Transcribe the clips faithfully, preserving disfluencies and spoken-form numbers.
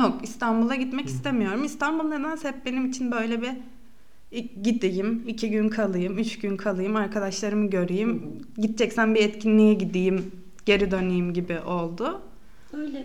yok. İstanbul'a gitmek Hı. istemiyorum. İstanbul nedense hep benim için böyle bir gideyim, iki gün kalayım, üç gün kalayım, arkadaşlarımı göreyim. Hı hı. Gideceksem bir etkinliğe gideyim, geri döneyim gibi oldu. Öyle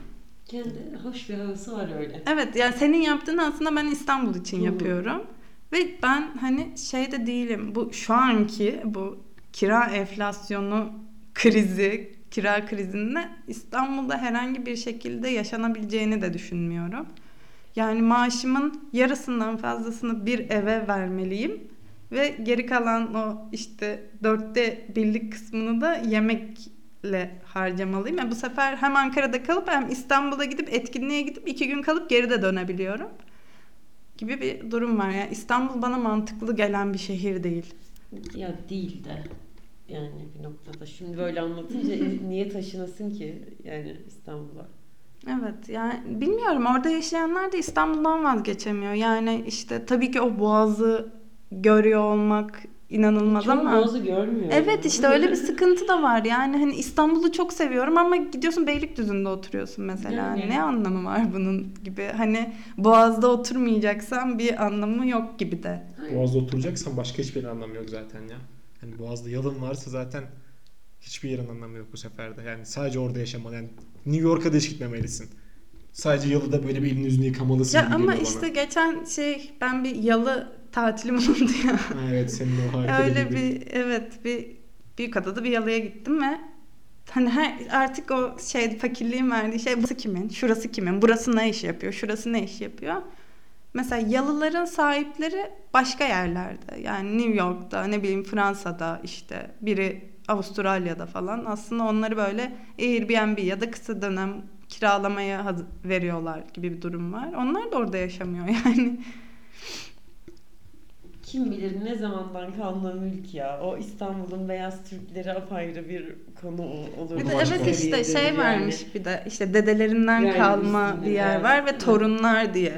kendi hoş bir havası var öyle. Evet, yani senin yaptığın aslında ben İstanbul için Hı hı. yapıyorum. Ve ben hani şey de değilim. Bu şu anki bu kira enflasyonu krizi, kira krizinde İstanbul'da herhangi bir şekilde yaşanabileceğini de düşünmüyorum. Yani maaşımın yarısından fazlasını bir eve vermeliyim ve geri kalan o işte dörtte birlik kısmını da yemekle harcamalıyım. Yani bu sefer hem Ankara'da kalıp hem İstanbul'a gidip etkinliğe gidip iki gün kalıp geri de dönebiliyorum gibi bir durum var. Yani İstanbul bana mantıklı gelen bir şehir değil. Ya değil de yani bir noktada. Şimdi böyle anlatınca niye taşınasın ki yani İstanbul'a? Evet, yani bilmiyorum, orada yaşayanlar da İstanbul'dan vazgeçemiyor. Yani işte tabii ki o Boğaz'ı görüyor olmak inanılmaz Çoğu ama Boğaz'ı görmüyor. evet, işte öyle bir sıkıntı da var. Yani hani İstanbul'u çok seviyorum ama gidiyorsun Beylikdüzü'nde oturuyorsun mesela. Yani. Ne anlamı var bunun gibi? Hani Boğaz'da oturmayacaksan bir anlamı yok gibi de. Boğaz'da oturacaksan başka hiçbir anlamı yok zaten ya. Hani Boğaz'da yalın varsa zaten hiçbir yerin anlamı yok bu sefer de. Yani sadece orada yaşamalı. Yani New York'a da hiç gitmemelisin. Sadece yalıda böyle bir elini yüzünü yıkamalısın Ya gibi ama geliyor işte bana. geçen şey ben bir yalı tatilim oldu ya. Ha, evet, senin o harika Öyle dediğin. bir evet bir Büyükada'da bir yalıya gittim ve hani her, artık o şey fakirliğin verdiği şey, burası kimin, şurası kimin, burası ne iş yapıyor, şurası ne iş yapıyor. Mesela yalıların sahipleri başka yerlerde, yani New York'ta, ne bileyim Fransa'da, işte biri Avustralya'da falan. Aslında onları böyle Airbnb ya da kısa dönem kiralamaya haz- veriyorlar gibi bir durum var. Onlar da orada yaşamıyor yani. Kim bilir ne zamandan kalma mülk ya. O İstanbul'un beyaz Türkleri apayrı bir konu olur. Bir de Başka evet işte seviyededir şey yani. varmış, bir de işte dedelerinden Yani kalma üstünde bir yer beyaz. var ve Evet. torunlar diye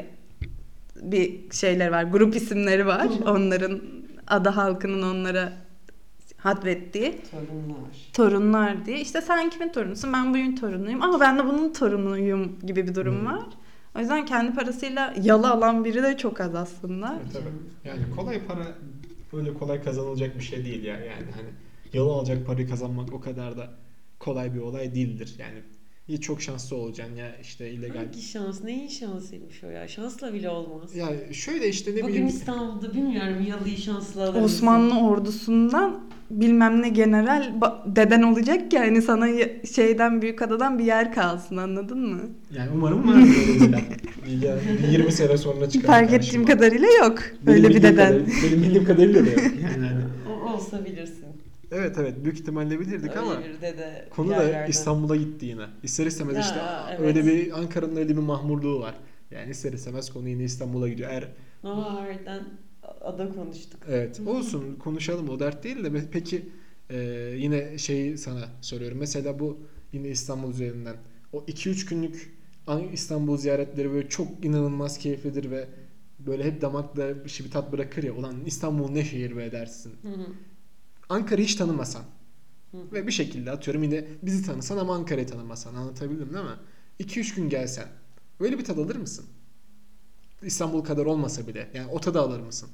bir şeyler var. Grup isimleri var. Onların ada halkının onlara hatvettiği Torunlar. torunlar diye. İşte sen kimin torunusun? Ben bugün torunuyum ama ben de bunun torunuyum gibi bir durum Hmm. var. O yüzden kendi parasıyla yalı alan biri de çok az aslında. Evet, tabii. Yani kolay para öyle kolay kazanılacak bir şey değil ya. Yani hani yalı alacak parayı kazanmak o kadar da kolay bir olay değildir. Yani ya çok şanslı olacaksın ya işte illegal. Hangi şans? Neyin şansıymış o ya? Şansla bile olmaz. Ya şöyle işte ne Bugün bileyim. İstanbul'da bilmiyorum yalıyı şansla alır mısın? Osmanlı ordusundan bilmem ne general ba- deden olacak ki hani sana y- şeyden Büyükada'dan bir yer kalsın, anladın mı? Yani umarım vardır öyle biriler. Yani bir yirmi sene sonra çıkar Fark karşıma. ettiğim kadarıyla yok Benim öyle bir bildiğim deden. kadarıyla- benim bildiğim kadarıyla da yok. Yani hani. O olsa bilirsin. Evet evet, büyük ihtimalle bilirdik Öyle ama bir dede konu da yerlerden. İstanbul'a gitti yine. İster istemez Ya, işte evet. öyle bir Ankara'nın öyle bir mahmurluğu var. Yani ister istemez konu yine İstanbul'a gidiyor. Eğer Ama harbiden ada konuştuk. evet olsun, konuşalım, o dert değil de peki e, yine şeyi sana soruyorum. Mesela bu yine İstanbul üzerinden o iki üç günlük İstanbul ziyaretleri böyle çok inanılmaz keyiflidir ve böyle hep damakta bir şey, bir tat bırakır ya. Ulan İstanbul ne şehir be dersin. Hı hı. Ankara'yı hiç tanımasan Hı hı. ve bir şekilde atıyorum yine bizi tanısan ama Ankara'yı tanımasan, anlatabildim değil mi? iki üç gün gelsen öyle bir tad alır mısın? İstanbul kadar olmasa bile. Yani o tadı alır mısın?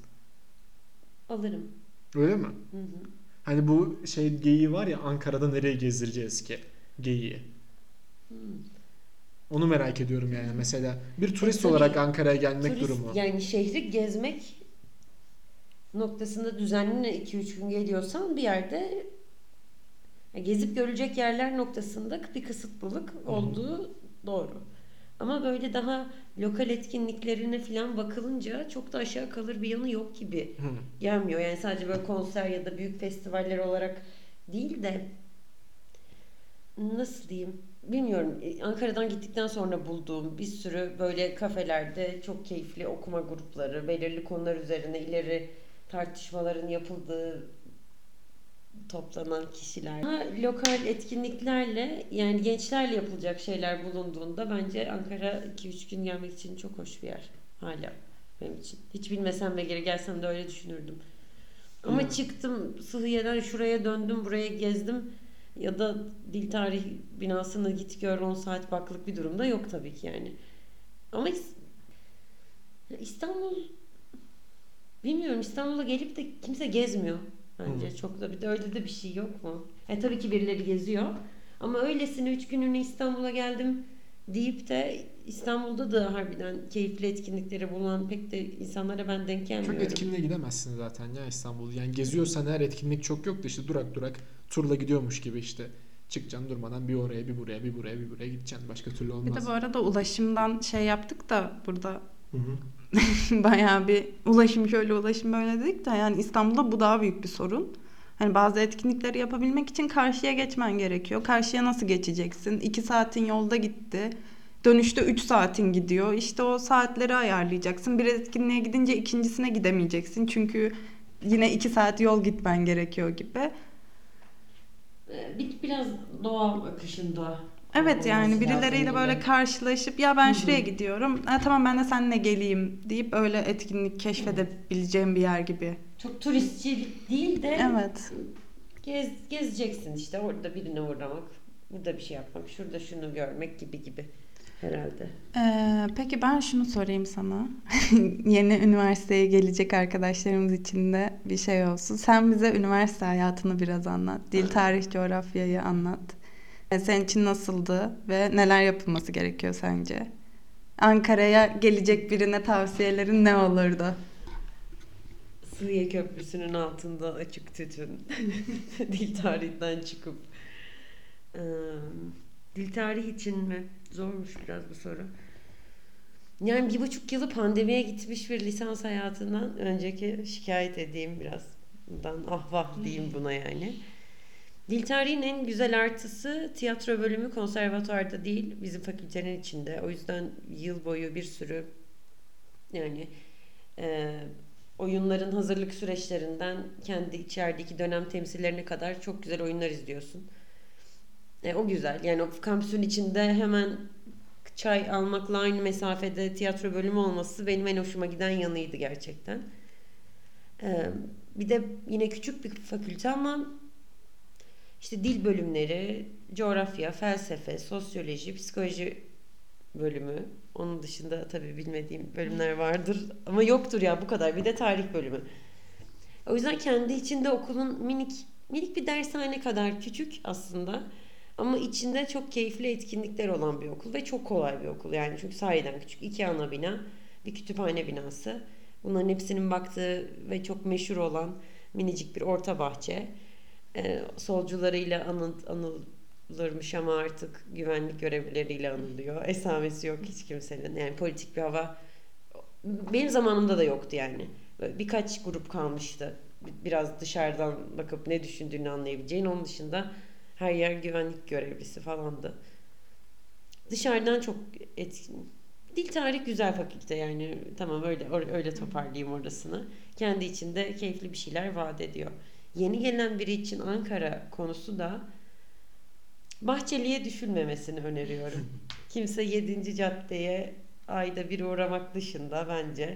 Alırım. Öyle mi? Hı hı. Hani bu şey geyiği var ya, Ankara'da nereye gezdireceğiz ki geyiği. Hı. Onu merak ediyorum yani. Mesela bir turist E, tabii, olarak Ankara'ya gelmek Turist, durumu. yani şehri gezmek noktasında düzenli iki üç gün geliyorsan bir yerde gezip görülecek yerler noktasında bir kısıtlılık olduğu doğru. Ama böyle daha lokal etkinliklerine falan bakılınca çok da aşağı kalır bir yanı yok gibi Hı. gelmiyor. Yani sadece böyle konser ya da büyük festivaller olarak değil de nasıl diyeyim bilmiyorum. Ankara'dan gittikten sonra bulduğum bir sürü böyle kafelerde çok keyifli okuma grupları, belirli konular üzerine ileri tartışmaların yapıldığı toplanan kişiler. Daha lokal etkinliklerle yani gençlerle yapılacak şeyler bulunduğunda bence Ankara iki üç gün gelmek için çok hoş bir yer hala benim için. Hiç bilmesem ve geri gelsem de öyle düşünürdüm. Ama Hmm. çıktım Sıhhiye'den şuraya döndüm, buraya gezdim ya da Dil Tarih binasını git gör on saat baklık bir durumda yok tabii ki yani. Ama İs- İstanbul, bilmiyorum, İstanbul'a gelip de kimse gezmiyor bence. Hı. Çok da bir de öyle de bir şey yok mu? E tabii ki birileri geziyor. Ama öylesine üç günlüğüne İstanbul'a geldim deyip de İstanbul'da da harbiden keyifli etkinlikleri bulan pek de insanlara ben denk Çok gelmiyorum. etkinliğe gidemezsin zaten ya İstanbul. Yani geziyorsan her etkinlik çok yok da işte durak durak turla gidiyormuş gibi işte çıkacaksın durmadan bir oraya bir buraya bir buraya bir buraya gideceksin. Başka türlü Bir de olmaz. bu arada ulaşımdan şey yaptık da burada Hı hı. bayağı bir ulaşım şöyle ulaşım böyle dedik de yani İstanbul'da bu daha büyük bir sorun. Hani bazı etkinlikleri yapabilmek için karşıya geçmen gerekiyor. Karşıya nasıl geçeceksin? iki saatin yolda gitti. Dönüşte üç saatin gidiyor. İşte o saatleri ayarlayacaksın. Bir etkinliğe gidince ikincisine gidemeyeceksin. Çünkü yine iki saat yol gitmen gerekiyor gibi. Ee, Bir, biraz doğal akışında Evet yani olması lazım birileriyle böyle gibi. karşılaşıp ya Hı ben hı. şuraya gidiyorum. Ha, tamam ben de seninle geleyim deyip öyle etkinlik keşfedebileceğim bir yer gibi. Çok turistçilik değil de Evet. gez, gezeceksin işte, orada birine uğramak, burada bir şey yapmak, şurada şunu görmek gibi gibi herhalde. Ee, peki ben şunu sorayım sana. Yeni üniversiteye gelecek arkadaşlarımız için de bir şey olsun. Sen bize üniversite hayatını biraz anlat. Dil, tarih, coğrafyayı anlat. Ee, Senin için nasıldı ve neler yapılması gerekiyor sence? Ankara'ya gelecek birine tavsiyelerin ne olurdu? Sığıye Köprüsü'nün altında açık tütün. Dil tarihinden çıkıp. Ee, Dil tarihi için mi? Zormuş biraz bu soru. Yani bir buçuk yılı pandemiye gitmiş bir lisans hayatından önceki şikayet edeyim biraz. Bundan ah vah diyeyim buna yani. Dil tarihinin en güzel artısı tiyatro bölümü konservatuarda değil, bizim fakültenin içinde. O yüzden yıl boyu bir sürü yani e, oyunların hazırlık süreçlerinden kendi içerideki dönem temsillerine kadar çok güzel oyunlar izliyorsun. E, o güzel. Yani o kampüsün içinde hemen çay almakla aynı mesafede tiyatro bölümü olması benim en hoşuma giden yanıydı gerçekten. E, Bir de yine küçük bir fakülte ama işte dil bölümleri, coğrafya, felsefe, sosyoloji, psikoloji bölümü. Onun dışında tabii bilmediğim bölümler vardır. Ama yoktur ya, bu kadar. Bir de tarih bölümü. O yüzden kendi içinde okulun minik minik bir dershane kadar küçük aslında. Ama içinde çok keyifli etkinlikler olan bir okul ve çok kolay bir okul. Yani çünkü sahiden küçük. İki ana bina, bir kütüphane binası. Bunların hepsinin baktığı ve çok meşhur olan minicik bir orta bahçe. Ee, solcularıyla anıl, anılırmış ama artık güvenlik görevlileriyle anılıyor. Esamesi yok hiç kimsenin. Yani politik bir hava benim zamanımda da yoktu yani. Böyle birkaç grup kalmıştı. Biraz dışarıdan bakıp ne düşündüğünü anlayabileceğin. Onun dışında her yer güvenlik görevlisi falandı. Dışarıdan çok etkin. Dil tarih güzel fakülte yani. Tamam, öyle öyle toparlayayım orasını. Kendi içinde keyifli bir şeyler vaat ediyor. Yeni gelen biri için Ankara konusu da Bahçeli'ye düşülmemesini öneriyorum. Kimse yedinci caddeye ayda bir uğramak dışında bence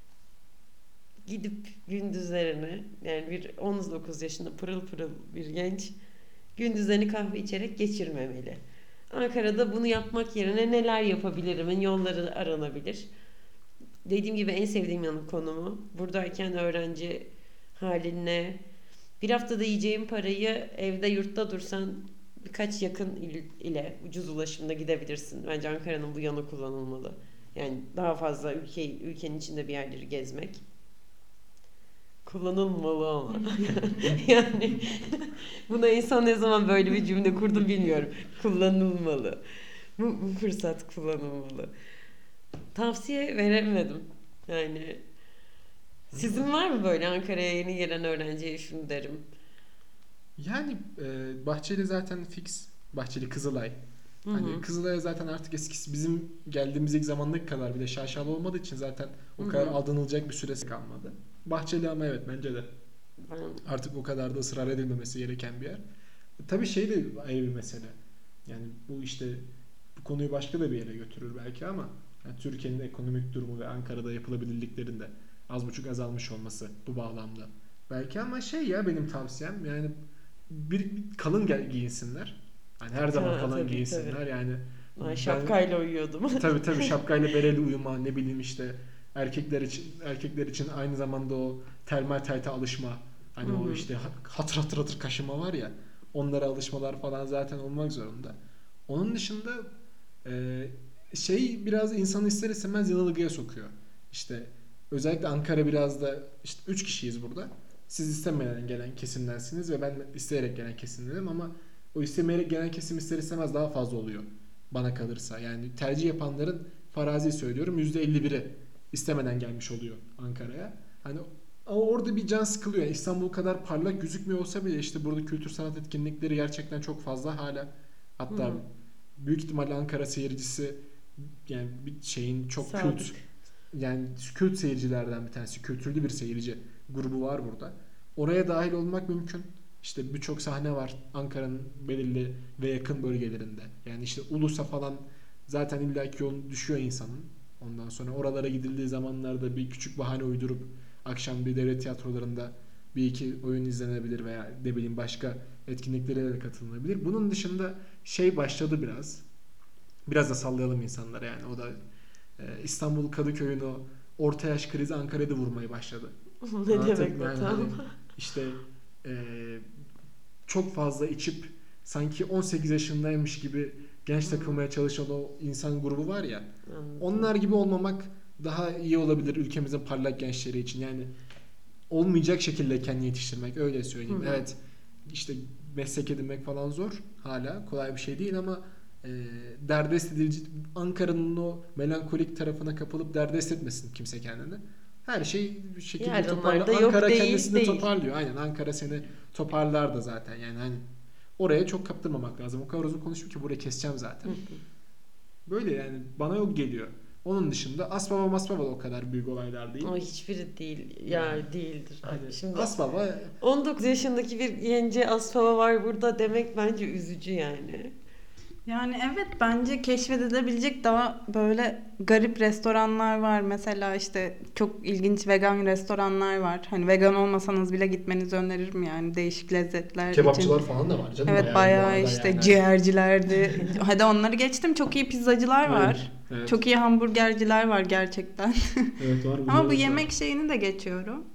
gidip gündüzlerini, yani bir on dokuz yaşında pırıl pırıl bir genç gündüzlerini kahve içerek geçirmemeli. Ankara'da bunu yapmak yerine neler yapabilirimin yolları aranabilir. Dediğim gibi en sevdiğim yanı konumu. Buradayken öğrenci haline bir haftada yiyeceğim parayı evde yurtta dursan birkaç yakın il ile ucuz ulaşımda gidebilirsin. Bence Ankara'nın bu yanı kullanılmalı. Yani daha fazla ülke, ülkenin içinde bir yerleri gezmek. Kullanılmalı ama. Yani buna insan ne zaman böyle bir cümle kurdu bilmiyorum. Kullanılmalı. Bu, bu fırsat kullanılmalı. Tavsiye veremedim. Yani sizin var mı böyle Ankara'ya yeni gelen öğrenciye şunu derim? Yani e, Bahçeli zaten fix. Bahçeli Kızılay. Hı Hani hı. Kızılay'a zaten artık eskisi bizim geldiğimiz ilk zamandaki kadar bir de şaşalı olmadığı için zaten o Hı kadar hı. aldanılacak bir süresi kalmadı. Bahçeli ama evet bence de Ben artık o kadar da ısrar edilmemesi gereken bir yer. E, tabii şey de ayrı bir mesele. Yani bu işte bu konuyu başka da bir yere götürür belki ama yani Türkiye'nin ekonomik durumu ve Ankara'da yapılabilirliklerin de az buçuk azalmış olması bu bağlamda. Belki ama şey ya benim tavsiyem yani bir, bir kalın gel- giyinsinler. Hani her zaman ha, kalın tabii giyinsinler. tabii. Yani Ben Ben- şapkayla uyuyordum. Tabii tabii şapkayla bereli uyuma, ne bileyim işte erkekler için erkekler için aynı zamanda o termal tayta alışma. Hani Hı o hı. işte hatır hatır hatır kaşıma var ya, onlara alışmalar falan zaten olmak zorunda. Onun dışında e, şey biraz insanı ister istemez yanılgıya sokuyor. İşte özellikle Ankara biraz da işte üç kişiyiz burada. Siz istemeden gelen kesimdensiniz ve ben isteyerek gelen kesimdenim ama o istemeyerek gelen kesim ister istemez daha fazla oluyor bana kalırsa. Yani tercih yapanların, farazi söylüyorum, yüzde elli biri istemeden gelmiş oluyor Ankara'ya. Hani ama orada bir can sıkılıyor. Yani İstanbul kadar parlak gözükmüyor olsa bile işte burada kültür sanat etkinlikleri gerçekten çok fazla hala. Hatta Hı. büyük ihtimalle Ankara seyircisi yani bir şeyin çok Sadık. kült, yani kült seyircilerden bir tanesi, kültürlü bir seyirci grubu var burada. Oraya dahil olmak mümkün. İşte birçok sahne var Ankara'nın belirli ve yakın bölgelerinde. Yani işte Ulus'a falan zaten illaki yol düşüyor insanın. Ondan sonra oralara gidildiği zamanlarda bir küçük bahane uydurup akşam bir devlet tiyatrolarında bir iki oyun izlenebilir veya ne bileyim başka etkinliklere de katılınabilir. Bunun dışında şey başladı biraz. Biraz da sallayalım insanlara yani. O da e, İstanbul Kadıköy'ün o orta yaş krizi Ankara'da vurmaya başladı. Ne Anlatabiliyor demek muyum? o Yani tam? hani işte e, çok fazla içip sanki on sekiz yaşındaymış gibi genç takılmaya çalışan o insan grubu var ya. Anladım. Onlar gibi olmamak daha iyi olabilir ülkemizin parlak gençleri için. Yani olmayacak şekilde kendini yetiştirmek, öyle söyleyeyim. Hı hı. Evet işte meslek edinmek falan zor hala, kolay bir şey değil ama e, derdest edici, Ankara'nın o melankolik tarafına kapılıp derdest etmesin kimse kendini. Her şey bir şekilde Yarınlarda toparlar. yok Ankara değil, kendisini değil. toparlıyor. Aynen, Ankara seni toparlar da zaten. Yani hani oraya çok kaptırmamak lazım. O kadar uzun konuştum ki burayı keseceğim zaten. Hı hı. Böyle yani bana yok geliyor. Onun dışında Asbaba Masbaba da o kadar büyük olaylar değil. O hiçbiri değil. Ya Yani, değildir. Ay, Hani Şimdi Asbaba on dokuz yaşındaki bir gence Asfava var burada demek bence üzücü yani. Yani evet, bence keşfedilebilecek daha böyle garip restoranlar var. Mesela işte çok ilginç vegan restoranlar var. Hani vegan olmasanız bile gitmenizi öneririm yani, değişik lezzetler için. kebapçılar falan da var canım. Evet, bayağı, bu bayağı arada işte yani. ciğercilerdi. Hadi onları geçtim. Çok iyi pizzacılar Aynen, var. evet. Çok iyi hamburgerciler var gerçekten. Evet var. Ama bu bunlarımız yemek var. şeyini de geçiyorum.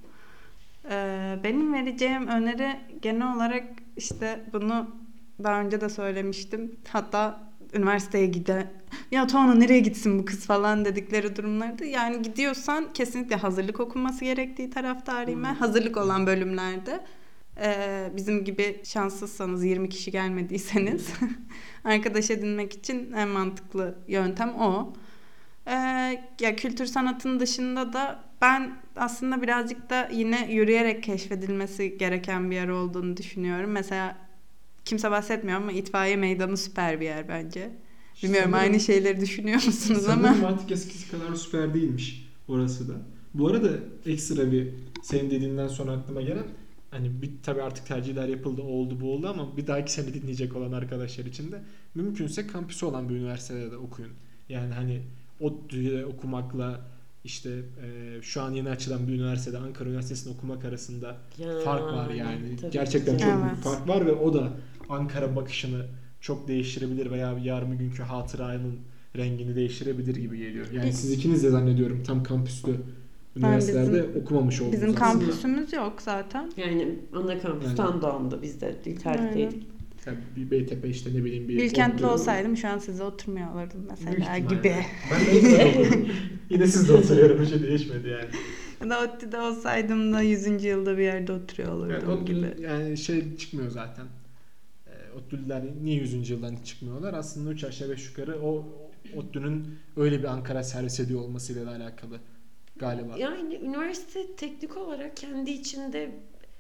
Ee, benim vereceğim öneri genel olarak işte bunu daha önce de söylemiştim. Hatta üniversiteye giden, ya Tuana nereye gitsin bu kız falan dedikleri durumlarda. Yani gidiyorsan kesinlikle hazırlık okunması gerektiği taraftarıyım ben. Hmm. Hazırlık olan bölümlerde. Ee, bizim gibi şanssızsanız, yirmi kişi gelmediyseniz arkadaş edinmek için en mantıklı yöntem o. Ee, ya kültür sanatın dışında da ben aslında birazcık da yine yürüyerek keşfedilmesi gereken bir yer olduğunu düşünüyorum. Mesela kimse bahsetmiyor ama itfaiye meydanı süper bir yer bence. Bilmiyorum Sanırım- aynı şeyleri düşünüyor musunuz ama. Sanırım artık eskisi kadar süper değilmiş orası da. Bu arada ekstra bir, senin dediğinden sonra aklıma gelen, hani bir tabii artık tercihler yapıldı, oldu bu oldu ama bir dahaki sene dinleyecek olan arkadaşlar için de mümkünse kampüsü olan bir üniversitede de okuyun. Yani hani ODTÜ'de okumakla işte e, şu an yeni açılan bir üniversitede, Ankara Üniversitesi'nde okumak arasında Yani, fark var yani. tabii Gerçekten ki. çok Evet. büyük fark var ve o da Ankara bakışını çok değiştirebilir veya yarın bir günkü hatıranın rengini değiştirebilir gibi geliyor. Yani Biz- siz ikiniz de zannediyorum tam kampüslü üniversitelerde bizim- okumamış oldunuz Bizim aslında. kampüsümüz yok zaten. Yani ana kampüsten doğumda biz de Dilter'deydik. Yani bir Beytepe işte ne bileyim bir Bilkent'te ODTÜ. olsaydım şu an size oturmuyor olurdum Büyük mesela ihtimalle. gibi. Ben de Beytepe'de okuyorum. Yine siz de oturuyorum. Bir şey değişmedi yani. Ya da ODTÜ'de olsaydım da yüzüncü yılda bir yerde oturuyor olurdum Yani ODTÜ gibi. yani şey çıkmıyor zaten. E, ODTÜ'lüler niye yüzüncü yıldan hiç çıkmıyorlar? Aslında üç aşağı beş yukarı o ODTÜ'nün öyle bir Ankara servis ediyor olmasıyla da alakalı galiba. Yani üniversite teknik olarak kendi içinde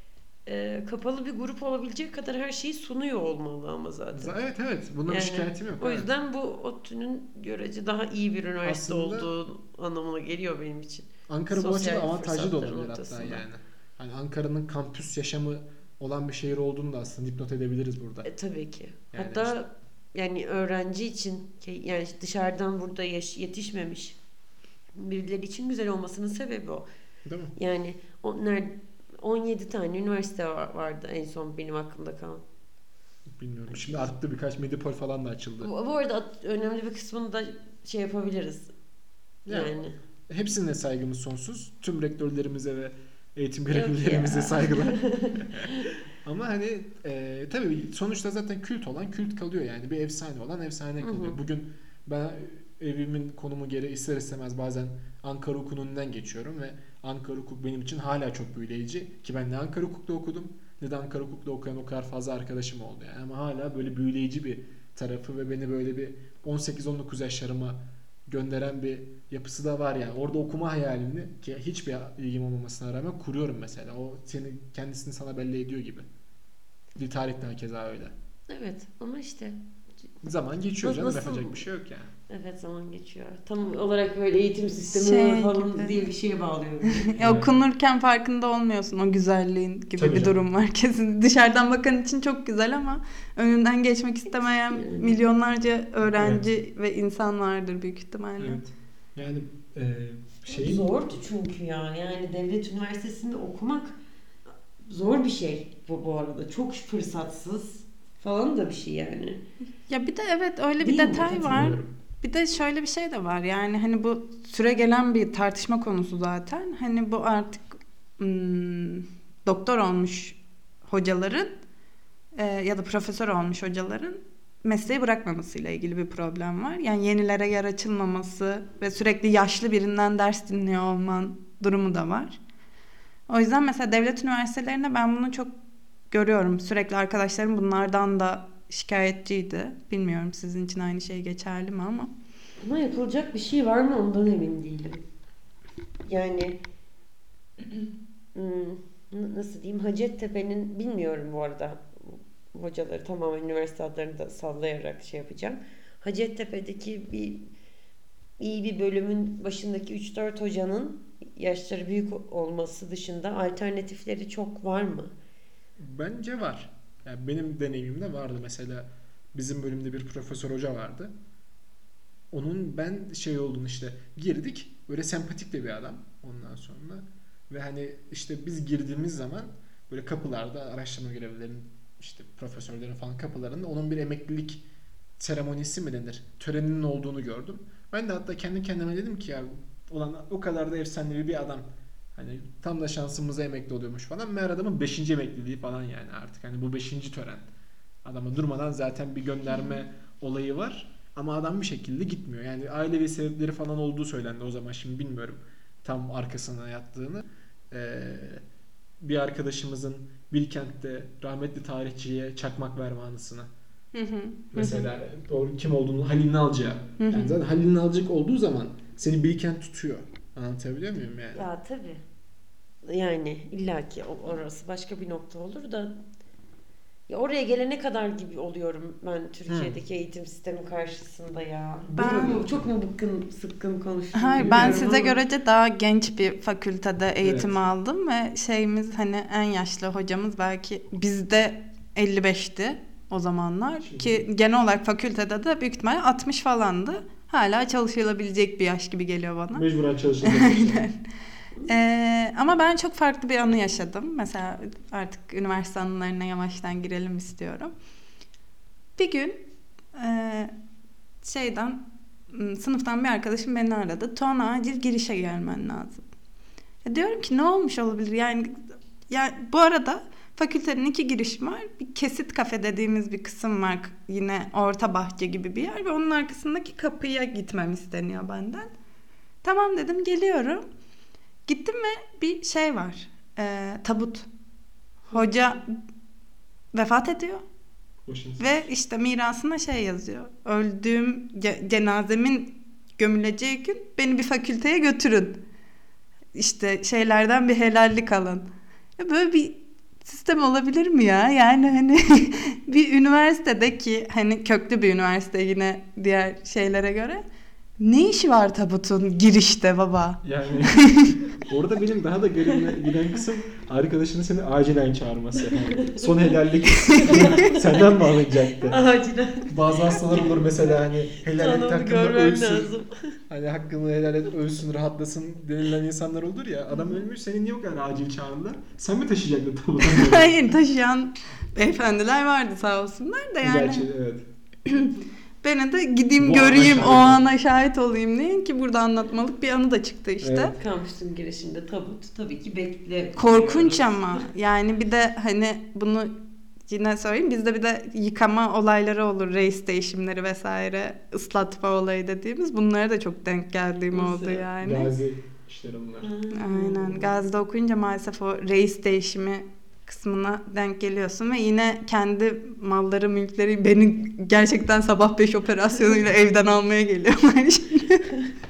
e, kapalı bir grup olabilecek kadar her şeyi sunuyor olmalı ama zaten. Evet evet. Bundan Yani, bir şikayetim yok. O evet. yüzden bu ODTÜ'nün görece daha iyi bir üniversite Aslında- olduğu anlamına geliyor benim için. Ankara bu Sosyal açıdan avantajlı da fırsatların olabilir hatta ortasında. yani. Hani Ankara'nın kampüs yaşamı olan bir şehir olduğunu da aslında dipnot edebiliriz burada. E, tabii ki. Yani Hatta yani öğrenci için ki- yani dışarıdan burada yaş- yetişmemiş birileri için güzel olmasının sebebi o. Değil mi? Yani on, ner- on yedi tane üniversite var- vardı en son benim aklımda kalan. Bilmiyorum. Şimdi arttı, birkaç Medipol falan da açıldı. Bu, bu arada at- önemli bir kısmını da şey yapabiliriz. Yani, Yani. hepsine saygımız sonsuz. Tüm rektörlerimize ve eğitim Yok görevlilerimize ya. saygılar. Ama hani e, tabii sonuçta zaten kült olan kült kalıyor yani. Bir efsane olan efsane kalıyor. Hı hı. Bugün ben evimin konumu gereği ister istemez bazen Ankara Hukuk'un önünden geçiyorum ve Ankara Hukuk benim için hala çok büyüleyici. Ki ben ne Ankara Hukuk'ta okudum ne de Ankara Hukuk'ta okuyan o kadar fazla arkadaşım oldu yani. Ama hala böyle büyüleyici bir tarafı ve beni böyle bir on sekiz on dokuz yaşlarıma gönderen bir yapısı da var yani. Orada okuma hayalini, ki hiçbir ilgim olmamasına rağmen, kuruyorum mesela. O seni, kendisini sana belli ediyor gibi. Dil tarihten keza öyle. Evet ama işte Zaman geçiyor canım, Nasıl- yapacak bir şey yok yani. evet zaman geçiyor. Tam olarak böyle eğitim sistemi Şey falan gibi. diye bir şeye bağlıyorum. Ya okunurken farkında olmuyorsun o güzelliğin gibi Tabii bir canım. durum var kesin. Dışarıdan bakan için çok güzel ama önünden geçmek istemeyen milyonlarca öğrenci ve insan vardır büyük ihtimalle. Evet. Yani e, şeyin Zordu çünkü ya. Yani devlet üniversitesinde okumak zor bir şey bu, bu arada. Çok fırsatsız falan da bir şey yani. Ya bir de evet öyle bir Değil mi? detay var. katılıyorum. Bir de şöyle bir şey de var. Yani hani bu süre gelen bir tartışma konusu zaten. Hani bu artık hmm, doktor olmuş hocaların e, ya da profesör olmuş hocaların mesleği bırakmamasıyla ilgili bir problem var. Yani yenilere yer açılmaması ve sürekli yaşlı birinden ders dinliyor olman durumu da var. O yüzden mesela devlet üniversitelerinde ben bunu çok görüyorum. Sürekli arkadaşlarım bunlardan da şikayetçiydi. Bilmiyorum sizin için aynı şey geçerli mi ama. Ama yapılacak bir şey var mı ondan emin değilim. Yani hmm, n- nasıl diyeyim, Hacettepe'nin, bilmiyorum bu arada, hocaları tamamen üniversite adlarını da sallayarak şey yapacağım. Hacettepe'deki bir iyi bir bölümün başındaki üç dört hocanın yaşları büyük olması dışında alternatifleri çok var mı? bence var. Yani benim deneyimimde vardı. Mesela bizim bölümde bir profesör hoca vardı. Onun ben şey olduğunu, işte girdik. Böyle sempatik de bir adam ondan sonra. Ve hani işte biz girdiğimiz zaman böyle kapılarda araştırma görevlilerinin, işte profesörlerin falan kapılarında onun bir emeklilik seremonisi mi denir, töreninin olduğunu gördüm. Ben de hatta kendi kendime dedim ki ya ulan o kadar da efsanevi bir adam. Hani tam da şansımıza emekli oluyormuş falan. Meğer adamın beşinci emekliliği falan yani artık. Hani bu beşinci tören. Adama durmadan zaten bir gönderme olayı var. Ama adam bir şekilde gitmiyor. Yani ailevi sebepleri falan olduğu söylendi o zaman. Şimdi bilmiyorum tam arkasına yattığını. Ee, bir arkadaşımızın Bilkent'te rahmetli tarihçiye çakmak verme anısına. Hı hı. Mesela doğru kim olduğunu, Halil Nalcık'a. Hı hı. Yani zaten Halil Nalcık olduğu zaman seni Bilkent tutuyor. Anlatabiliyor muyum yani? Ya tabii. Yani illaki o- orası başka bir nokta olur da ya oraya gelene kadar gibi oluyorum ben Türkiye'deki eğitim sistemi karşısında ya. Ben- Bilmiyorum, çok mu bıkkın sıkkın konuştum. Hayır, ben bilmiyorum size ama- görece daha genç bir fakültede eğitim Evet. aldım ve şeyimiz hani en yaşlı hocamız belki bizde elli beşti o zamanlar Şimdi- ki genel olarak fakültede de büyük ihtimalle altmış falandı. Hala çalışılabilecek bir yaş gibi geliyor bana. Mecburen çalışacağız. Ee, ama ben çok farklı bir anı yaşadım. Mesela artık üniversite anılarına yavaştan girelim istiyorum. Bir gün e, şeyden m, sınıftan bir arkadaşım beni aradı. Tuana acil girişe gelmen lazım. Ya diyorum ki ne olmuş olabilir? Yani, yani bu arada fakültenin iki girişi var. Bir kesit kafe dediğimiz bir kısım var. Yine orta bahçe gibi bir yer ve onun arkasındaki kapıya gitmem isteniyor benden. Tamam dedim, geliyorum. Gittim ve bir şey var. E, tabut. Hoca vefat ediyor. Ve işte mirasına şey yazıyor. Öldüğüm ce- cenazemin gömüleceği gün beni bir fakülteye götürün. İşte şeylerden bir helallik alın. Ya böyle bir sistem olabilir mi ya? Yani hani bir üniversitedeki, hani köklü bir üniversite yine diğer şeylere göre, ne işi var tabutun girişte baba? Yani orada benim daha da garibime giden kısım arkadaşının seni acilen çağırması. Yani son helallik senden mi alacaktı? Acilen. Bazı hastalar olur mesela, hani Sana helallik onu hakkında görmem ölsün. lazım. Hani hakkını helal et, ölsün, rahatlasın denilen insanlar olur ya. Adam ölmüş, seni niye o kadar acil çağırdılar? Sen mi taşıyacaktın tabutu? Hayır, taşıyan beyefendiler vardı sağ olsunlar da yani. Gerçi evet. Beni de gideyim Bu göreyim, ana o şahit ana şahit olayım diye ki burada anlatmalık bir anı da çıktı işte. Evet. Kampüsün girişinde tabut tabii ki bekle. Korkunç ama yani bir de hani bunu yine söyleyeyim, bizde bir de yıkama olayları olur, reis değişimleri vesaire, ıslatma olayı dediğimiz, bunlara da çok denk geldiğim Nasıl? oldu yani. Gazi işleri bunlar. Aynen, Gazi'de okuyunca maalesef o reis değişimi kısmına denk geliyorsun ve yine kendi malları, mülkleri, beni gerçekten sabah beş operasyonuyla evden almaya geliyorlar şimdi.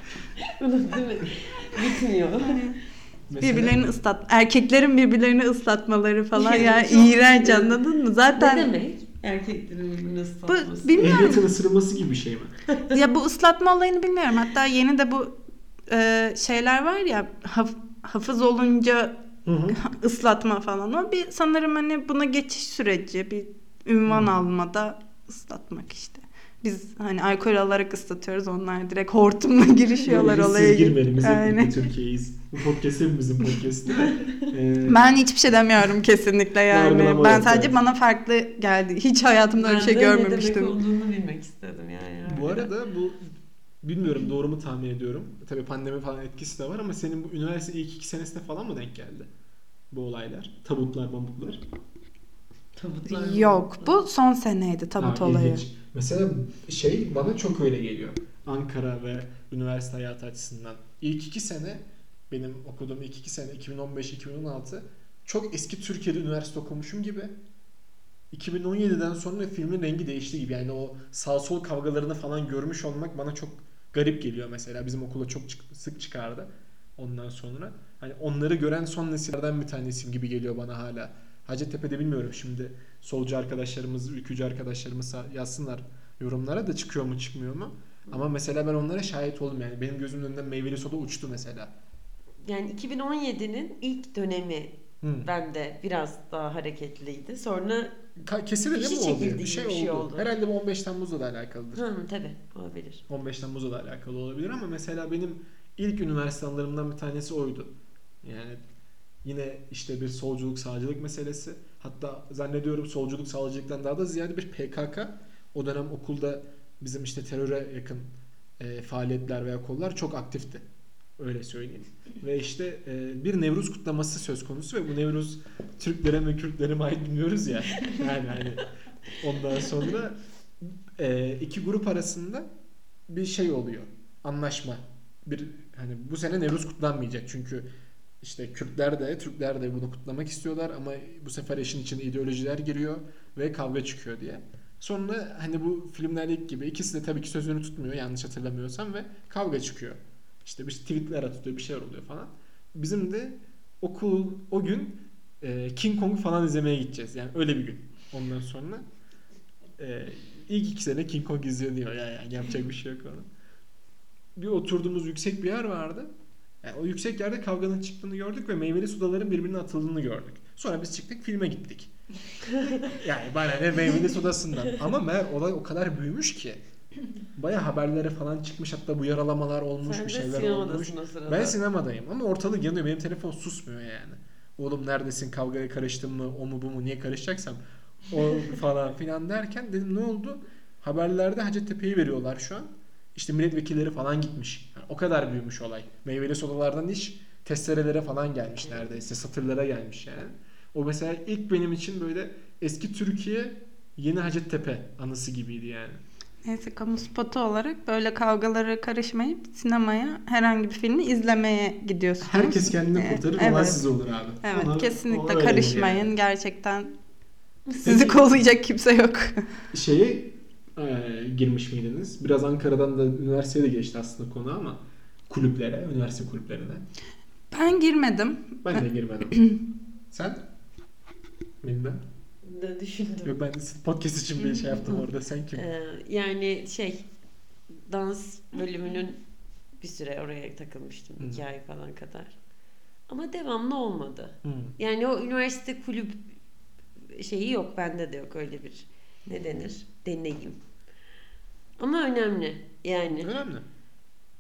Değil mi? Bitmiyor. Mesela- Birbirlerini ıslat, erkeklerin birbirlerini ıslatmaları falan Yani ya, çok iğrenç, güzel. anladın mı? Zaten Ne demek? Erkeklerin birbirini ıslatması. Bu- bilmiyorum. Ehliyetin ısırılması gibi bir şey mi? ya bu ıslatma olayını bilmiyorum. Hatta yeni de bu e, şeyler var ya, haf- hafız olunca Hı hı. ıslatma falan. O bir sanırım hani buna geçiş süreci, bir ünvan Hmm. almada ıslatmak işte. Biz hani alkol alarak ıslatıyoruz, onlar direkt hortumla girişiyorlar Biz olaya. siz girmeyin, biz Aynen. hepimiz Türkiye'yiz. Bu podcast hepimizin podcast'i. Ee, Ben hiçbir şey demiyorum kesinlikle yani. Yargılama Ben yok, sadece evet. bana farklı geldi. Hiç hayatımda öyle bir şey Ben de ne görmemiştim. demek olduğunu bilmek istedim yani. Bu arada bu, bilmiyorum doğru mu tahmin ediyorum. Tabii pandemi falan etkisi de var ama senin bu üniversite ilk iki senesinde falan mı denk geldi bu olaylar? Tabutlar, mamutlar. Tabutlar mı? Yok, bu son seneydi tabut Ha, olayı. ilginç. Mesela şey bana çok öyle geliyor. Ankara ve üniversite hayatı açısından. İlk iki sene, benim okuduğum ilk iki sene iki bin on beş iki bin on altı çok eski Türkiye'de üniversite okumuşum gibi. iki bin on yediden sonra filmin rengi değişti gibi. Yani o sağ sol kavgalarını falan görmüş olmak bana çok garip geliyor mesela. Bizim okula çok çık- sık çıkardı ondan sonra. Hani onları gören son nesillerden bir tanesiyim gibi geliyor bana hala. Hacettepe'de bilmiyorum şimdi, solcu arkadaşlarımız, ülkücü arkadaşlarımız yazsınlar yorumlara da çıkıyor mu çıkmıyor mu. Ama mesela ben onlara şahit oldum yani. Benim gözümün önünden meyveli soda uçtu mesela. Yani iki bin on yedinin ilk dönemi Hmm. bende biraz daha hareketliydi. Sonra Ka- Kesildi Fişi değil mi oldu? çekildi Bir şey, gibi bir şey oldu. oldu. Herhalde bu on beş Temmuz'la da alakalıdır. hı, tabii olabilir. on beş Temmuz'la da alakalı olabilir ama mesela benim ilk üniversite anılarımdan bir tanesi oydu. Yani yine işte bir solculuk sağcılık meselesi. Hatta zannediyorum solculuk sağcılıktan daha da ziyade bir P K K. O dönem okulda bizim işte teröre yakın e, faaliyetler veya kollar çok aktifti. Öyle söyleyeyim. Ve işte e, bir Nevruz kutlaması söz konusu ve bu Nevruz Türklere mi Kürtlere mi ait bilmiyoruz ya. Yani hani ondan sonra e, iki grup arasında bir şey oluyor. Anlaşma. Bir hani bu sene Nevruz kutlanmayacak çünkü işte Kürtler de Türkler de bunu kutlamak istiyorlar ama bu sefer işin içine ideolojiler giriyor ve kavga çıkıyor diye. Sonra hani bu filmlerdeki gibi ikisi de tabii ki sözünü tutmuyor yanlış hatırlamıyorsam ve kavga çıkıyor. İşte bir tweetler atıyor, bir şeyler oluyor falan. Bizim de okul o gün e, King Kong falan izlemeye gideceğiz. Yani öyle bir gün. Ondan sonra e, ilk iki sene King Kong izleniyor. Yani, yani yapacak bir şey yok ona. Bir oturduğumuz yüksek bir yer vardı. Yani o yüksek yerde kavganın çıktığını gördük ve meyveli sodaların birbirine atıldığını gördük. Sonra biz çıktık filme gittik. Yani bana ne meyveli sodasından. Ama meğer olay o kadar büyümüş ki. Baya haberlere falan çıkmış, hatta bu yaralamalar olmuş, Sen bir de şeyler olmuş. sinemadasın o sırada. Ben sinemadayım ama ortalık yanıyor. Benim telefon susmuyor yani. Oğlum neredesin, kavgaya karıştın mı, o mu bu mu, niye karışacaksam o falan filan derken dedim ne oldu? Haberlerde Hacettepe'yi veriyorlar şu an. İşte milletvekilleri falan gitmiş. Yani o kadar büyümüş olay. Meyveli sodalardan iş testerelere falan gelmiş neredeyse. Satırlara gelmiş yani. O mesela ilk benim için böyle eski Türkiye yeni Hacettepe anısı gibiydi yani. Neyse, kamu spotu olarak böyle kavgalara karışmayıp sinemaya herhangi bir filmi izlemeye gidiyorsunuz. Herkes kendini Ee, kurtarır, evet. olay size olur abi. Evet, Ona- kesinlikle ona öyle karışmayın. yani. Gerçekten sizi kollayacak kimse yok. Şeye e, girmiş miydiniz? Biraz Ankara'dan da üniversiteye de geçti aslında konu ama kulüplere, üniversite kulüplerine. Ben girmedim. Ben de girmedim. Sen? Bilmem. De düşündüm. Yok, ben de podcast için bir şey yaptım orada. Sen kim? Ee, yani şey dans bölümünün bir süre oraya takılmıştım. Hmm. iki ay falan kadar. Ama devamlı olmadı. Hmm. Yani o üniversite kulüp şeyi yok. Bende de yok öyle bir, ne denir, deneyim. Ama önemli. Yani Önemli.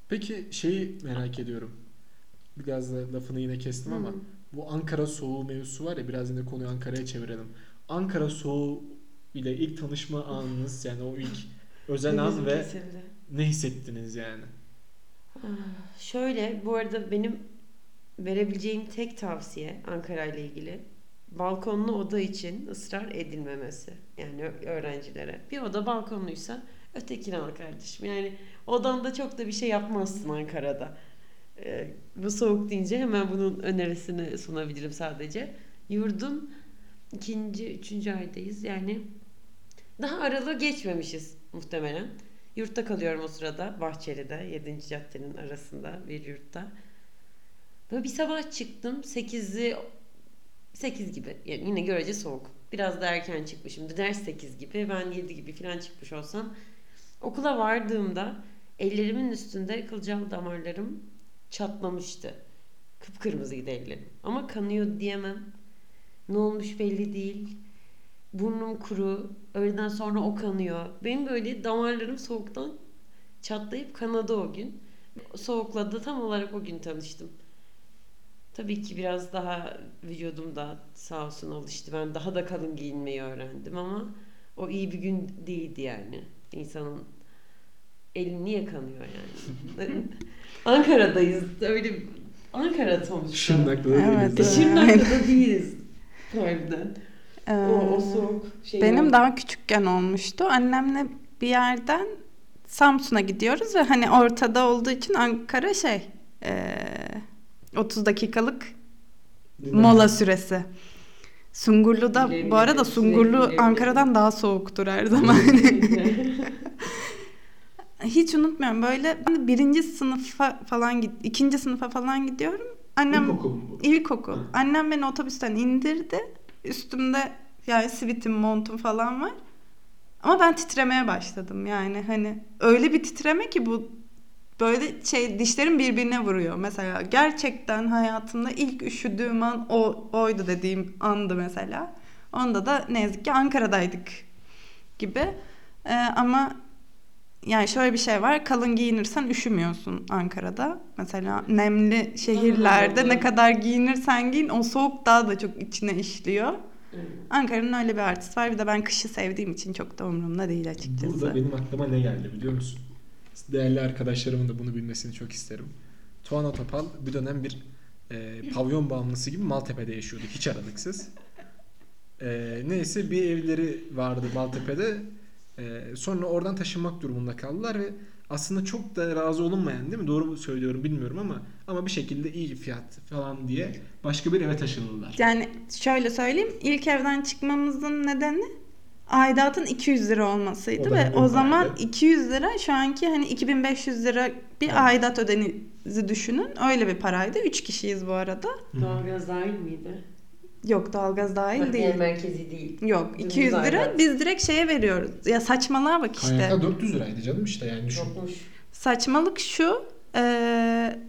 Peki şeyi merak ediyorum. Biraz da lafını yine kestim ama Hı. bu Ankara soğuğu mevzusu var ya, biraz yine konuyu Ankara'ya çevirelim. Ankara soğuğu ile ilk tanışma anınız, yani o ilk özel an Nefesim ve kesildi. ne hissettiniz yani? Ah, Şöyle, bu arada benim verebileceğim tek tavsiye Ankara ile ilgili balkonlu oda için ısrar edilmemesi. Yani ö- öğrencilere. Bir oda balkonluysa ötekini al kardeşim. Yani odanda çok da bir şey yapmazsın Ankara'da. Ee, bu soğuk deyince hemen bunun önerisini sunabilirim sadece. Yurdun ikinci, üçüncü aydayız. Yani daha aralığı geçmemişiz muhtemelen. Yurtta kalıyorum o sırada. Bahçeli'de. yedinci caddenin arasında bir yurtta. Böyle bir sabah çıktım. sekizi sekiz gibi. Yani yine görece soğuk. Biraz da erken çıkmışım. Ders sekiz gibi. Ben yedi gibi falan çıkmış olsam. Okula vardığımda ellerimin üstünde kılcal damarlarım çatlamıştı. Kıpkırmızıydı ellerim. Ama kanıyor diyemem. Ne olmuş belli değil. Burnum kuru. Öğleden sonra o kanıyor. Benim böyle damarlarım soğuktan çatlayıp kanadı o gün. Soğukla da tam olarak o gün tanıştım. Tabii ki biraz daha vücudum da sağ olsun alıştı. Ben daha da kalın giyinmeyi öğrendim ama o iyi bir gün değildi yani. İnsanın eli niye kanıyor yani? Ankara'dayız. Öyle Ankara sonuçta. Şırnak'ta da Evet, değiliz. evet. Şırnak'ta da değiliz. Harbiden. Ee, O, o soğuk şey benim oldu. daha küçükken olmuştu. Annemle bir yerden Samsun'a gidiyoruz ve hani ortada olduğu için Ankara şey ee, otuz dakikalık mola süresi. Sungurlu'da Bile bu arada bile, Sungurlu sürekli bile Ankara'dan daha soğuktur her zaman. Hiç unutmuyorum, böyle ben birinci sınıfa falan git, ikinci sınıfa falan gidiyorum. Annem İlkokul mu bu? ilkokul. Ha. Annem beni otobüsten indirdi. Üstümde yani sivitim, montum falan var. Ama ben titremeye başladım yani, hani öyle bir titreme ki bu böyle şey, dişlerim birbirine vuruyor. Mesela gerçekten hayatımda ilk üşüdüğüm an o oydu dediğim andı mesela. Onda da ne yazık ki Ankara'daydık gibi. Ee, ama yani şöyle bir şey var. Kalın giyinirsen üşümüyorsun Ankara'da. Mesela nemli şehirlerde ne kadar giyinirsen giyin o soğuk daha da çok içine işliyor. Ankara'nın öyle bir artısı var. Bir de ben kışı sevdiğim için çok da umurumda değil açıkçası. Burada benim aklıma ne geldi biliyor musun? Değerli arkadaşlarımın da bunu bilmesini çok isterim. Tuana Topal bir dönem bir e, pavyon bağımlısı gibi Maltepe'de yaşıyordu. Hiç aralıksız. E, neyse bir evleri vardı Maltepe'de. E, sonra oradan taşınmak durumunda kaldılar ve aslında çok da razı olunmayan, değil mi? Doğru mu söylüyorum bilmiyorum ama ama bir şekilde iyi fiyat falan diye başka bir eve taşındılar. Yani şöyle söyleyeyim. İlk evden çıkmamızın nedeni aidatın iki yüz lira olmasıydı O da ve hem o de zaman paraydı. iki yüz lira şu anki hani iki bin beş yüz lira bir Evet. aidat ödenizi düşünün. Öyle bir paraydı. Üç kişiyiz bu arada. Doğalgaz dahil miydi? Yok, doğalgaz dahil Nakliye değil. merkezi değil. Yok, Dümdüz iki yüz lira aidat. biz direkt şeye veriyoruz. Ya saçmalığa bak işte. Kayakta dört yüz liraydı canım işte, yani düşün. Çokmuş. Saçmalık şu. eee,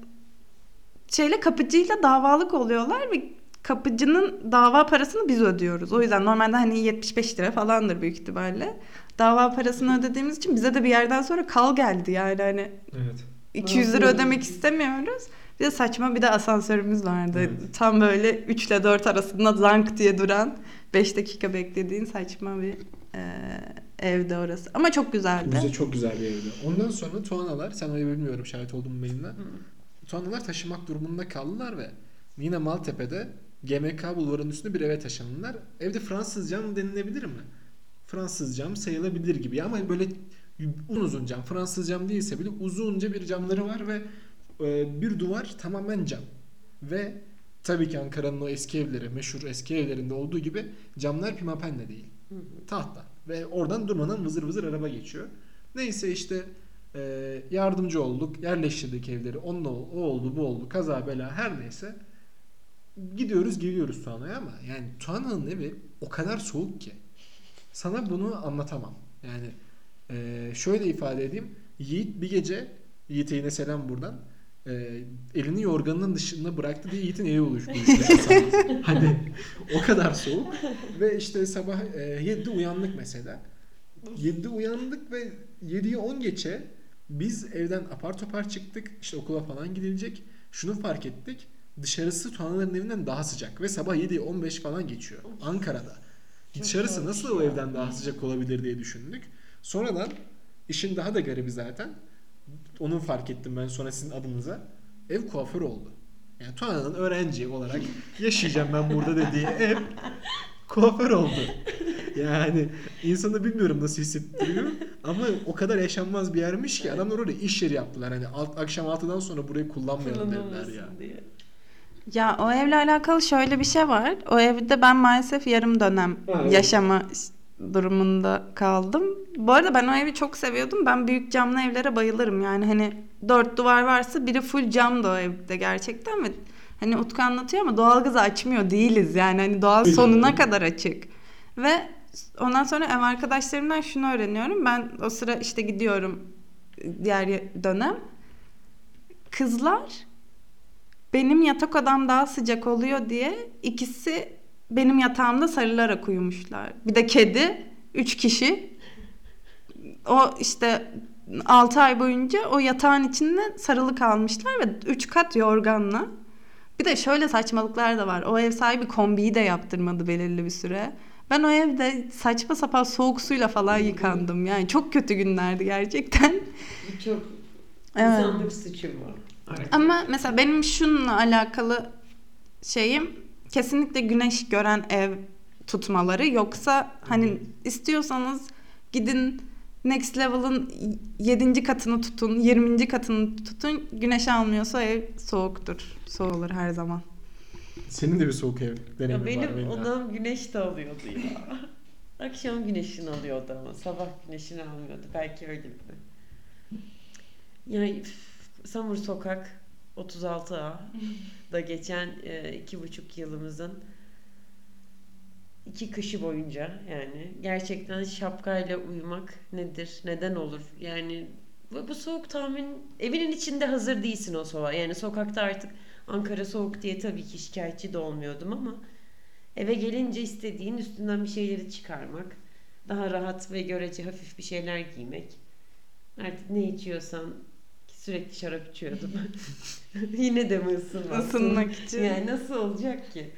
şeyle kapıcıyla davalık oluyorlar ve kapıcının dava parasını biz ödüyoruz. O yüzden normalde hani yetmiş beş lira falandır büyük ihtimalle. Dava parasını ödediğimiz için bize de bir yerden sonra kal geldi yani, hani Evet. iki yüz lira ödemek istemiyoruz. Bir de saçma bir de asansörümüz vardı. Evet. Tam böyle üç ile dört arasında zank diye duran, beş dakika beklediğin saçma bir e, evde orası. Ama çok güzeldi. Bize çok güzel bir evdi. Ondan sonra Tuanalar, sen o evi bilmiyorum şahit oldun mu benimle. Tuanalar taşınmak durumunda kaldılar ve yine Maltepe'de G M K Bulvarı'nın üstünde bir eve taşındılar. Evde Fransız cam denilebilir mi? Fransız cam sayılabilir gibi ama böyle uzun uzun cam. Fransız cam değilse bile uzunca bir camları var ve e, bir duvar tamamen cam. Ve tabii ki Ankara'nın o eski evleri, meşhur eski evlerinde olduğu gibi camlar pimapenle değil. Tahta. Ve oradan durmadan vızır vızır araba geçiyor. Neyse işte e, yardımcı olduk. Yerleştirdik evleri. Onunla o oldu, bu oldu. Kaza bela her neyse. Gidiyoruz geliyoruz Tuana'ya ama yani Tuana'nın evi o kadar soğuk ki. Sana bunu anlatamam. Yani e, şöyle ifade edeyim. Yiğit bir gece, Yiğit'e yine selam buradan. E, elini yorganının dışında bıraktı diye Yiğit'in evi oluştu. Hani o kadar soğuk. Ve işte sabah e, yedide uyandık mesela. yedide uyandık ve yediye on geçe Biz evden apar topar çıktık. İşte okula falan gidilecek. Şunu fark ettik. Dışarısı Tuanaların evinden daha sıcak. Ve sabah yedi on beş falan geçiyor. Ankara'da. Çok Dışarısı zor nasıl o ya. evden daha sıcak olabilir diye düşündük. Sonradan işin daha da garibi zaten. Onu fark ettim ben sonra sizin adınıza. Ev kuaför oldu. Yani Tuana'nın öğrenci olarak yaşayacağım ben burada dediği ev kuaför oldu. Yani insanı bilmiyorum nasıl hissettiriyor ama o kadar yaşanmaz bir yermiş ki adamlar orada iş yeri yaptılar. Hani alt, akşam altıdan sonra burayı kullanmayalım dediler ya. Kullanılmasın diye. Ya o evle alakalı şöyle bir şey var. O evde ben maalesef yarım dönem Ha, evet. yaşama durumunda kaldım. Bu arada ben o evi çok seviyordum. Ben büyük camlı evlere bayılırım. Yani hani dört duvar varsa biri full cam da o evde gerçekten ve hani Utku anlatıyor ama doğalgazı açmıyor değiliz. Yani hani doğal sonuna kadar açık. Ve ondan sonra ev arkadaşlarımdan şunu öğreniyorum. Ben o sıra işte gidiyorum diğer dönem. Kızlar benim yatak odam daha sıcak oluyor diye ikisi benim yatağımda sarılarak uyumuşlar. Bir de kedi. Üç kişi. O işte altı ay boyunca o yatağın içinde sarılı kalmışlar ve üç kat yorganla. Bir de şöyle saçmalıklar da var. O ev sahibi kombiyi de yaptırmadı belirli bir süre. Ben o evde saçma sapan soğuk suyla falan yıkandım. Yani çok kötü günlerdi gerçekten. Bu çok Evet. insanlık suçu mu? Ama mesela benim şununla alakalı şeyim kesinlikle güneş gören ev tutmaları. Yoksa hani istiyorsanız gidin Next Level'ın yedinci katını tutun, yirminci katını tutun. Güneş almıyorsa ev soğuktur. Soğuk olur her zaman. Senin de bir soğuk ev deneyimin Ya var. benim Benim odam güneş de alıyordu ya. Akşam güneşini alıyordu ama sabah güneşini almıyordu. Belki öyle mi? Yani üf, Samur Sokak otuz altı A da geçen e, iki buçuk yılımızın iki kışı boyunca yani gerçekten şapkayla uyumak nedir? Neden olur? Yani bu, bu soğuk tahmin evinin içinde hazır değilsin o soğuğa. Yani sokakta artık Ankara soğuk diye tabii ki şikayetçi de olmuyordum ama eve gelince istediğin üstünden bir şeyleri çıkarmak, daha rahat ve görece hafif bir şeyler giymek. Artık ne içiyorsan sürekli şarap içiyordum. Yine de mi ısınmazsın? Isınmak için. Yani nasıl olacak ki?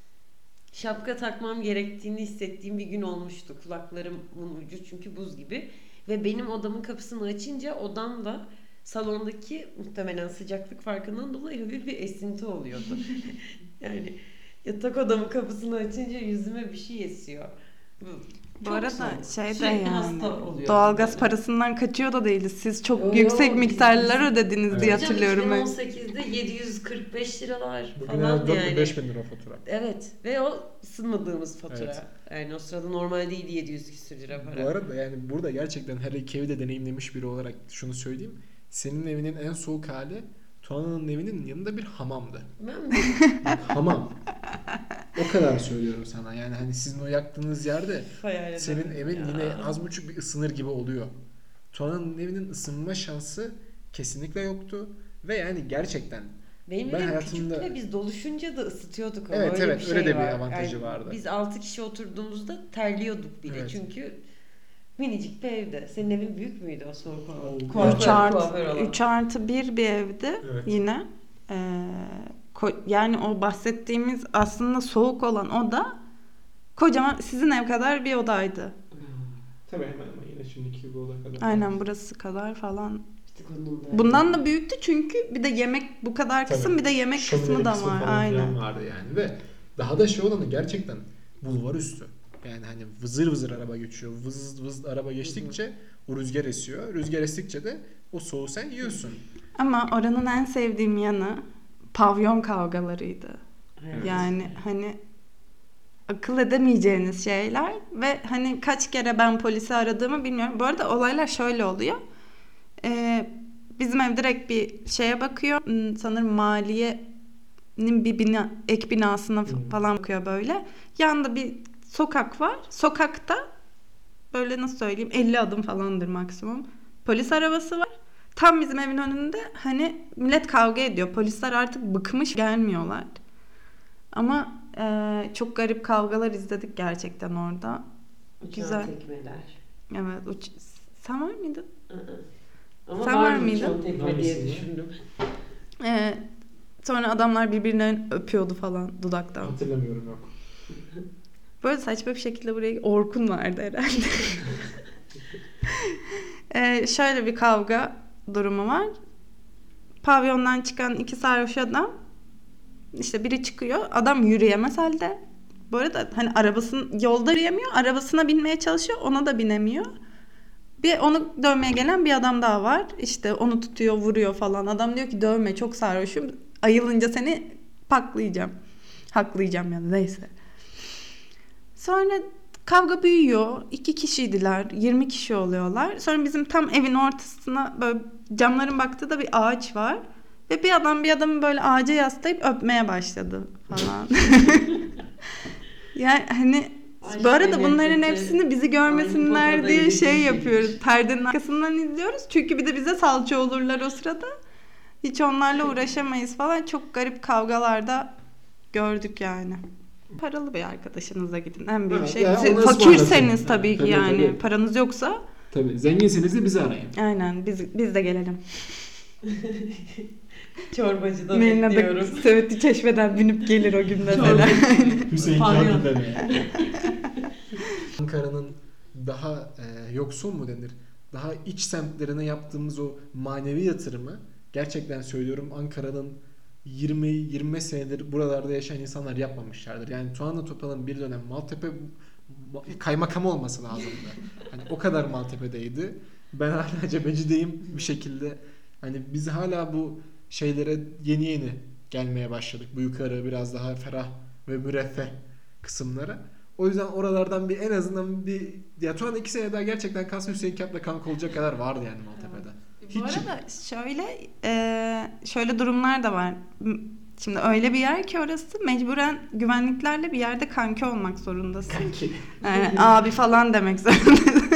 Şapka takmam gerektiğini hissettiğim bir gün olmuştu. Kulaklarımın ucu çünkü buz gibi. Ve benim odamın kapısını açınca odamda salondaki muhtemelen sıcaklık farkından dolayı hafif bir esinti oluyordu. Yani yatak odamın kapısını açınca yüzüme bir şey esiyor. Bu Bu çok arada soğuk. şey de Sürekli yani hasta oluyorum doğalgaz yani. parasından kaçıyor da değiliz. Siz çok Yo, yo, yüksek biz- miktarlar biz- ödediniz Evet. diye Hocam hatırlıyorum. iki bin on ben. sekizde yedi yüz kırk beş liralar Bugün falan dört bin yani. beş bin lira fatura. Evet ve o ısınmadığımız fatura. Evet. Yani o sırada normal değildi yedi yüz küsür lira para. Bu arada yani burada gerçekten her iki evi de deneyimlemiş biri olarak şunu söyleyeyim. Senin evinin en soğuk hali Tuana'nın evinin yanında bir hamamdı. Ben mi? Hamam. O kadar söylüyorum sana. Yani hani sizin o yaktığınız yerde Hayal senin edemedim evin ya. yine az buçuk bir ısınır gibi oluyor. Tuana'nın evinin ısınma şansı kesinlikle yoktu. Ve yani gerçekten Benim ben evim hayatımda- küçük ve biz doluşunca da ısıtıyorduk ama Evet, öyle evet, bir şey öyle de bir var. avantajı vardı. Biz altı kişi oturduğumuzda terliyorduk bile Evet. çünkü minicik bir evde. Senin evin büyük müydü o soğuk hava? Oo, Kuaför- üç artı, kuaför olan. üç artı bir bir evdi Evet. yine. Ee, ko- yani o bahsettiğimiz aslında soğuk olan oda kocaman sizin ev kadar bir odaydı. tabii hemen hemen yine şimdiki gibi oda kadar. Aynen burası kadar falan. İşte konum da- Bundan da büyüktü çünkü bir de yemek bu kadar kısım Tabii. bir de yemek Şömine kısmı da kısmı var. falan filan Aynen. vardı yani ve daha da şey olanı gerçekten bulvar üstü. Yani hani vızır vızır araba geçiyor. Vız vız araba geçtikçe o rüzgar esiyor. Rüzgar estikçe de o soğuğu sen yiyorsun. Ama oranın en sevdiğim yanı pavyon kavgalarıydı. Evet. Yani hani akıl edemeyeceğiniz şeyler ve hani kaç kere ben polisi aradığımı bilmiyorum. Bu arada olaylar şöyle oluyor. Ee, bizim ev direkt bir şeye bakıyor. Hmm, Sanırım maliyenin bir bina, ek binasına f- Hmm. falan bakıyor böyle. Yanında bir sokak var. Sokakta böyle nasıl söyleyeyim elli adım falandır maksimum. Polis arabası var. Tam bizim evin önünde hani millet kavga ediyor. Polisler artık bıkmış gelmiyorlar. Ama e, çok garip kavgalar izledik gerçekten orada. Uçan Güzel. tekmeler. Evet. Uç... Sen var mıydın? Hı hı. Ama Sen var var mıydın? mıydın? Tekme diye Hangisini? düşündüm. Ee, sonra adamlar birbirlerini öpüyordu falan dudaktan. Hatırlamıyorum yok. Böyle saçma bir şekilde buraya Orkun vardı herhalde. ee, şöyle bir kavga durumu var. Pavyondan çıkan iki sarhoş adam, işte biri çıkıyor, adam yürüyemez halde. Bu arada hani arabasını yolda yürüyemiyor, arabasına binmeye çalışıyor, ona da binemiyor. Bir onu dövmeye gelen bir adam daha var. İşte onu tutuyor, vuruyor falan. Adam diyor ki dövme, çok sarhoşum. Ayılınca seni paklayacağım. Haklayacağım yani, neyse. Sonra kavga büyüyor. İki kişiydiler. Yirmi kişi oluyorlar. Sonra bizim tam evin ortasına böyle camların baktığı da bir ağaç var. Ve bir adam bir adamı böyle ağaca yaslayıp öpmeye başladı falan. Yani hani Aşk bu arada ve bunların nefreti hepsini bizi aynı görmesinler potada diye yediği şey şey. yapıyoruz. Perdenin arkasından izliyoruz. Çünkü bir de bize salça olurlar o sırada. Hiç onlarla uğraşamayız falan. Çok garip kavgalarda gördük yani. Paralı bir arkadaşınıza gidin. En büyük Ha, şey. yani Siz onu fakirseniz ısmarlasın. tabii ki Tabii, yani. tabii. Paranız yoksa Tabii. Zenginseniz de bizi arayın. aynen biz biz de gelelim. Çorbacıda Melina da bekliyorum. Söğütlü Çeşme'den binip gelir o gün mesela. Hüseyin Pavyon. Kağıtlı'da Ankara'nın daha e, yoksul mu denir? Daha iç semtlerine yaptığımız o manevi yatırımı, gerçekten söylüyorum, Ankara'nın yirmi yirmi beş senedir buralarda yaşayan insanlar yapmamışlardır. Yani Tuana Topal'ın bir dönem Maltepe kaymakamı olması lazımdı. Hani o kadar Maltepe'deydi. Ben hala cebecideyim bir şekilde. Hani biz hala bu şeylere yeni yeni gelmeye başladık. Bu yukarı biraz daha ferah ve müreffeh kısımlara. O yüzden oralardan bir en azından bir, ya Tuana iki sene daha gerçekten Kasım Hüseyin Kağıt'la kanka olacak kadar vardı yani Maltepe'de. Bu arada şöyle e, şöyle durumlar da var. Şimdi öyle bir yer ki orası mecburen güvenliklerle bir yerde kanki olmak zorundasın. Kanki. Yani abi falan demek zorundasın.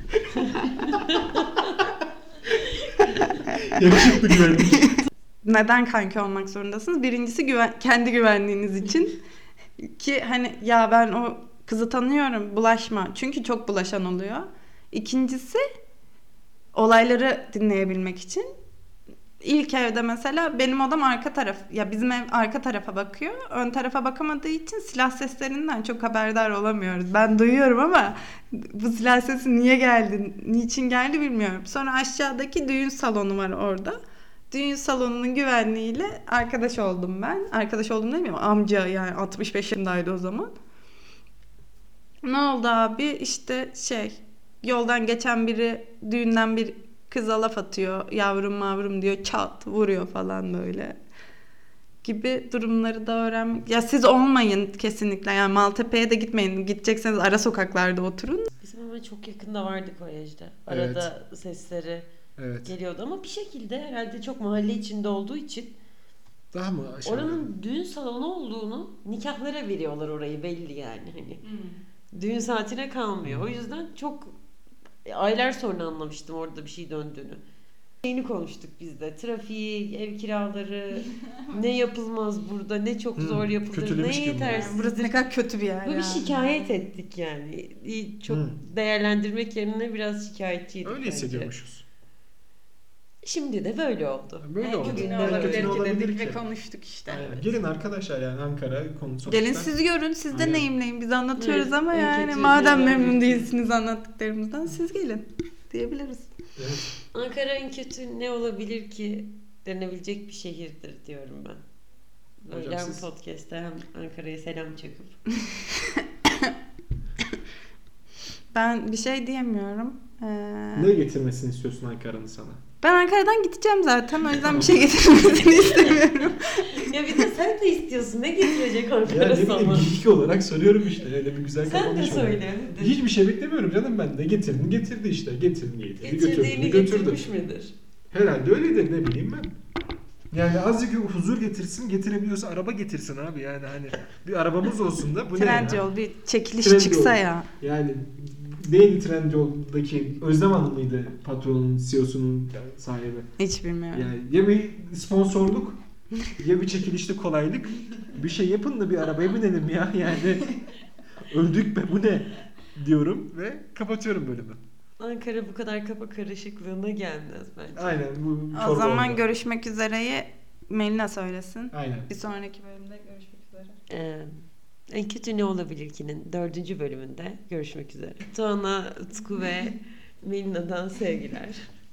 Yakışıklı güvenlik. Neden kanki olmak zorundasınız? Birincisi güven, kendi güvenliğiniz için. Ki hani ya ben o kızı tanıyorum, bulaşma. Çünkü çok bulaşan oluyor. İkincisi olayları dinleyebilmek için. İlk evde mesela benim odam arka taraf, ya bizim ev arka tarafa bakıyor. Ön tarafa bakamadığı için silah seslerinden çok haberdar olamıyoruz. Ben duyuyorum ama bu silah sesi niye geldi, niçin geldi bilmiyorum. Sonra aşağıdaki düğün salonu var orada. Düğün salonunun güvenliğiyle arkadaş oldum ben. Arkadaş oldum değil mi? Amca yani altmış beş yaşındaydı o zaman. Ne oldu abi? İşte şey, yoldan geçen biri düğünden bir kıza laf atıyor. Yavrum mavrum diyor, çat vuruyor falan böyle. Gibi durumları da öğren. Ya siz olmayın kesinlikle. Yani Maltepe'ye de gitmeyin. Gidecekseniz ara sokaklarda oturun. Bizim ama çok yakında vardı kolejde. Arada sesleri Evet. geliyordu ama bir şekilde herhalde çok mahalle içinde olduğu için Daha mı aşağı? oranın düğün salonu olduğunu nikahlara veriyorlar, orayı belli yani hani. Düğün saatine kalmıyor. O yüzden çok aylar sonra anlamıştım orada bir şey döndüğünü. Şeyini konuştuk biz de. Trafiği, ev kiraları, ne yapılmaz burada, ne çok Hmm, zor yapılır, kötülemiş ne gibi. yetersiz. Burası ne kadar kötü bir yer Böyle bir yani. şikayet ettik yani. Çok Hmm. değerlendirmek yerine biraz şikayetçiydik Öyle bence. hissediyormuşuz. Şimdi de böyle oldu. Böyle En oldu. kötü Bugün ne de olabilir kötü ki ne olabilir dedik ki? ve konuştuk işte. Aynen. Gelin arkadaşlar, yani Ankara konusu. Gelin siz görün, siz Aynen. deneyimleyin. Biz anlatıyoruz Evet, ama en yani kötü madem neden memnun kötü? değilsiniz anlattıklarımızdan siz gelin diyebiliriz. Evet. Ankara en kötü ne olabilir ki denebilecek bir şehirdir diyorum ben. Böyle Hocam hem siz- podcast'te hem Ankara'ya selam çakıp. Ben bir şey diyemiyorum. Ee, Ne getirmesini istiyorsun Ankara'nın sana? ben Ankara'dan gideceğim zaten. O yüzden bir şey getirmesini istemiyorum. Ya bir de sen de istiyorsun. Ne getirecek Ankara Ya ne sana? bileyim, geek olarak soruyorum işte. Öyle bir güzel Sen de kapanış oldu. söyle. Hiçbir şey beklemiyorum canım ben. Ne getirdin getirdi işte. Getirdin getirdi götürdü Getirdiğini götürdü. getirmiş midir? Herhalde öyledir, ne bileyim ben. Yani azıcık huzur getirsin, getirebiliyorsa araba getirsin abi, yani hani bir arabamız olsun da bu ne ya? Trendyol bir çekiliş Trendyol. çıksa ya. Yani neydi Trendyol'daki Özlem Hanım mıydı patronun, C E O'sunun sahibi? Hiç bilmiyorum. Yani ya bir sponsorluk ya bir çekilişte kolaylık, bir şey yapın da bir arabaya binelim ya, yani öldük be bu ne diyorum ve kapatıyorum bölümü. Ankara bu kadar kafa karışıklığına gelmez bence. Aynen bu O çorba zaman oldu. görüşmek üzereyi Melina söylesin. Aynen. Bir sonraki bölümde görüşmek üzere. Ee, En kötü ne olabilir ki'nin dördüncü bölümünde görüşmek üzere. Tuana, Utku ve Melina'dan sevgiler.